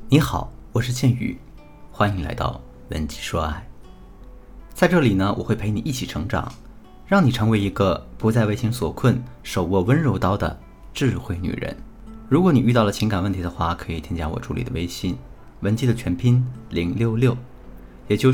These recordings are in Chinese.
你好，我是剑宇，欢迎来到文姬说爱。在这里呢，我会陪你一起成长，让你成为一个不再为情所困、手握温柔刀的智慧女人。如果你遇到了情感问题的话，可以添加我助理的微信，文姬的全拼066，也就是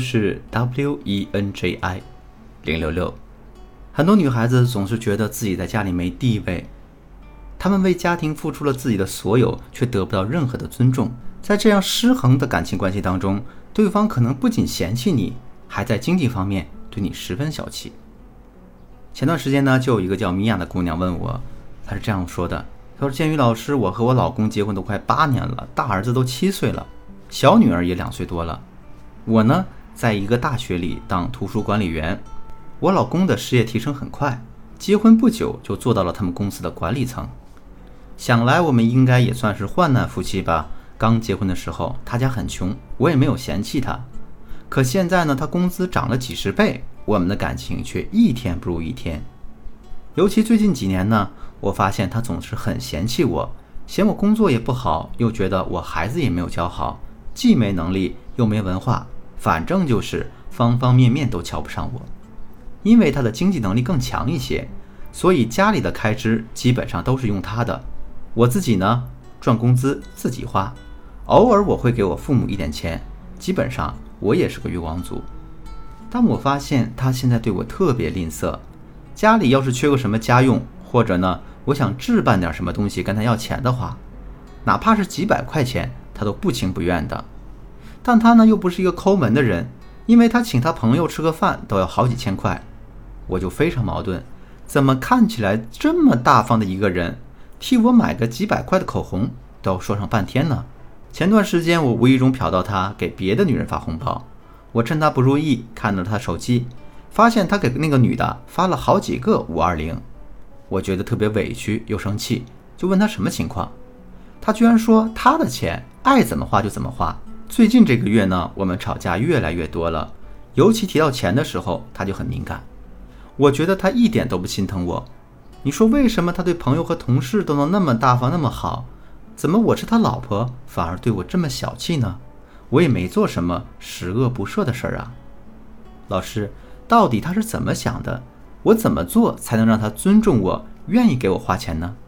WENJI 066。很多女孩子总是觉得自己在家里没地位，她们为家庭付出了自己的所有，却得不到任何的尊重。在这样失衡的感情关系当中，对方可能不仅嫌弃你，还在经济方面对你十分小气。前段时间呢，就有一个叫米娅的姑娘问我，她是这样说的，她说：剑宇老师，我和我老公结婚都快8年了，大儿子都7岁了，小女儿也2岁多了。我呢，在一个大学里当图书管理员，我老公的事业提升很快，结婚不久就做到了他们公司的管理层。想来我们应该也算是患难夫妻吧。刚结婚的时候，他家很穷，我也没有嫌弃他。可现在呢，他工资涨了几十倍，我们的感情却一天不如一天。尤其最近几年呢，我发现他总是很嫌弃我，嫌我工作也不好，又觉得我孩子也没有教好，既没能力又没文化，反正就是方方面面都瞧不上我。因为他的经济能力更强一些，所以家里的开支基本上都是用他的，我自己呢，赚工资自己花。偶尔我会给我父母一点钱，基本上我也是个月光族。但我发现他现在对我特别吝啬，家里要是缺个什么家用，或者呢我想置办点什么东西跟他要钱的话，哪怕是几百块钱他都不情不愿的。但他呢又不是一个抠门的人，因为他请他朋友吃个饭都要好几千块。我就非常矛盾，怎么看起来这么大方的一个人，替我买个几百块的口红都要说上半天呢？前段时间我无意中瞟到他给别的女人发红包，我趁他不注意看到他手机，发现他给那个女的发了好几个520，我觉得特别委屈又生气，就问他什么情况。他居然说他的钱爱怎么花就怎么花。最近这个月呢，我们吵架越来越多了，尤其提到钱的时候他就很敏感。我觉得他一点都不心疼我。你说为什么他对朋友和同事都能那么大方那么好，怎么我是他老婆反而对我这么小气呢？我也没做什么十恶不赦的事儿啊。老师，到底他是怎么想的？我怎么做才能让他尊重我，愿意给我花钱呢？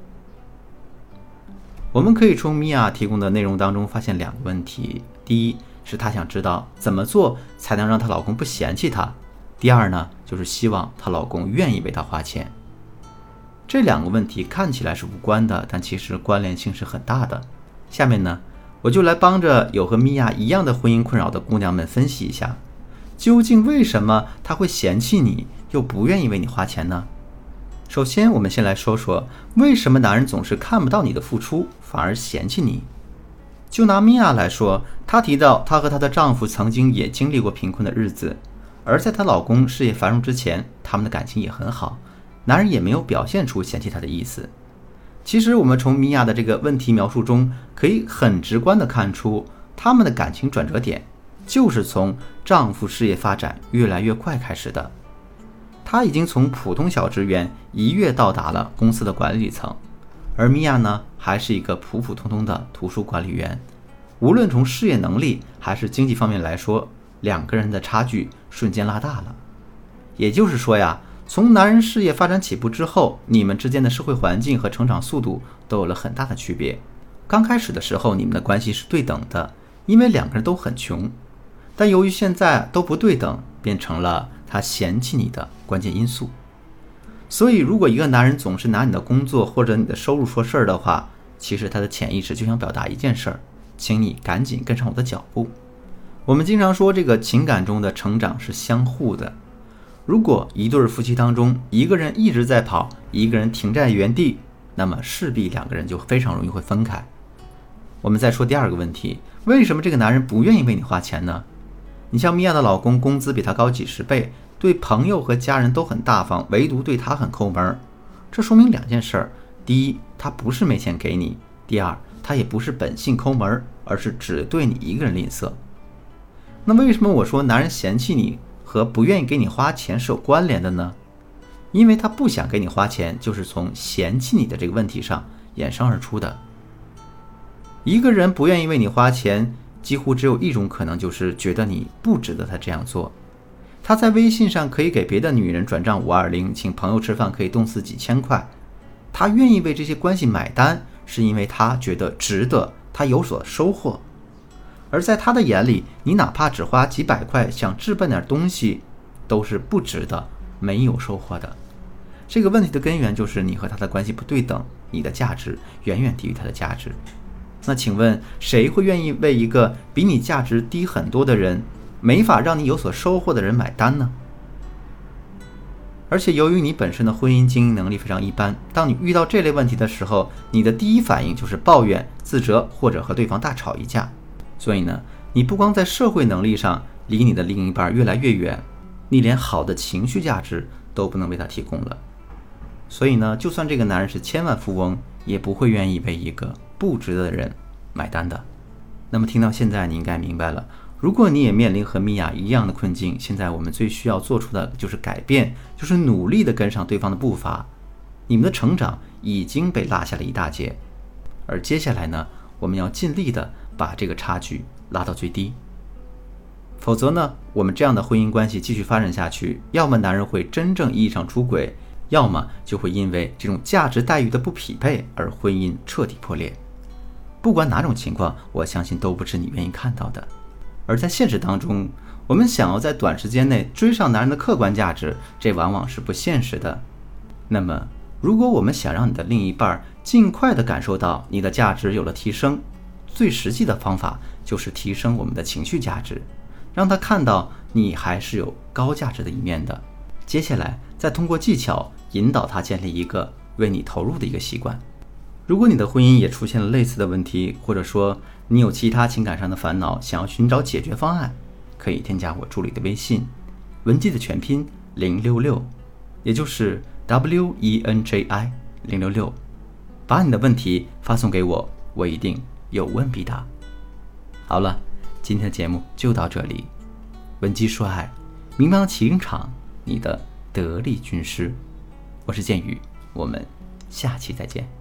我们可以从米娅提供的内容当中发现2个问题。第一是她想知道怎么做才能让她老公不嫌弃她。第二呢，就是希望她老公愿意为她花钱。这2个问题看起来是无关的，但其实关联性是很大的。下面呢，我就来帮着有和米娅一样的婚姻困扰的姑娘们分析一下，究竟为什么她会嫌弃你，又不愿意为你花钱呢？首先，我们先来说说为什么男人总是看不到你的付出，反而嫌弃你。就拿米娅来说，她提到她和她的丈夫曾经也经历过贫困的日子，而在她老公事业繁荣之前，他们的感情也很好，男人也没有表现出嫌弃她的意思。其实我们从米娅的这个问题描述中，可以很直观地看出，他们的感情转折点就是从丈夫事业发展越来越快开始的。他已经从普通小职员一跃到达了公司的管理层，而米娅呢，还是一个普普通通的图书管理员。无论从事业能力还是经济方面来说，2个人的差距瞬间拉大了。也就是说呀，从男人事业发展起步之后，你们之间的社会环境和成长速度都有了很大的区别。刚开始的时候，你们的关系是对等的，因为2个人都很穷。但由于现在都不对等，变成了他嫌弃你的关键因素。所以如果一个男人总是拿你的工作或者你的收入说事儿的话，其实他的潜意识就想表达一件事儿，请你赶紧跟上我的脚步。我们经常说这个情感中的成长是相互的，如果一对夫妻当中一个人一直在跑，一个人停在原地，那么势必2个人就非常容易会分开。我们再说第2个问题，为什么这个男人不愿意为你花钱呢？你像米娅的老公工资比她高几十倍，对朋友和家人都很大方，唯独对她很抠门。这说明2件事。第一，他不是没钱给你；第二，他也不是本性抠门，而是只对你一个人吝啬。那为什么我说男人嫌弃你和不愿意给你花钱是有关联的呢？因为他不想给你花钱，就是从嫌弃你的这个问题上衍生而出的。 一个人不愿意为你花钱，几乎只有一种可能，就是觉得你不值得他这样做。他在微信上可以给别的女人转账520，请朋友吃饭可以动4几千块。他愿意为这些关系买单，是因为他觉得值得，他有所收获。而在他的眼里，你哪怕只花几百块想置办点东西，都是不值得，没有收获的。这个问题的根源就是你和他的关系不对等，你的价值远远低于他的价值。那请问谁会愿意为一个比你价值低很多的人，没法让你有所收获的人买单呢？而且由于你本身的婚姻经营能力非常一般，当你遇到这类问题的时候，你的第一反应就是抱怨、自责或者和对方大吵一架。所以呢，你不光在社会能力上离你的另一半越来越远，你连好的情绪价值都不能为他提供了。所以呢，就算这个男人是千万富翁，也不会愿意为一个不值得的人买单的。那么听到现在，你应该明白了，如果你也面临和米娅一样的困境，现在我们最需要做出的就是改变，就是努力的跟上对方的步伐。你们的成长已经被落下了一大截，而接下来呢，我们要尽力的把这个差距拉到最低。否则呢，我们这样的婚姻关系继续发展下去，要么男人会真正意义上出轨，要么就会因为这种价值待遇的不匹配而婚姻彻底破裂。不管哪种情况，我相信都不是你愿意看到的。而在现实当中，我们想要在短时间内追上男人的客观价值，这往往是不现实的。那么，如果我们想让你的另一半尽快地感受到你的价值有了提升，最实际的方法就是提升我们的情绪价值，让他看到你还是有高价值的一面的。接下来，再通过技巧引导他建立一个为你投入的一个习惯。如果你的婚姻也出现了类似的问题，或者说你有其他情感上的烦恼，想要寻找解决方案，可以添加我助理的微信，文姬的全拼066，也就是 WENJI 066，把你的问题发送给我，我一定有问必答。好了，今天的节目就到这里。文姬说爱，迷茫情场，你的得力军师，我是剑宇，我们下期再见。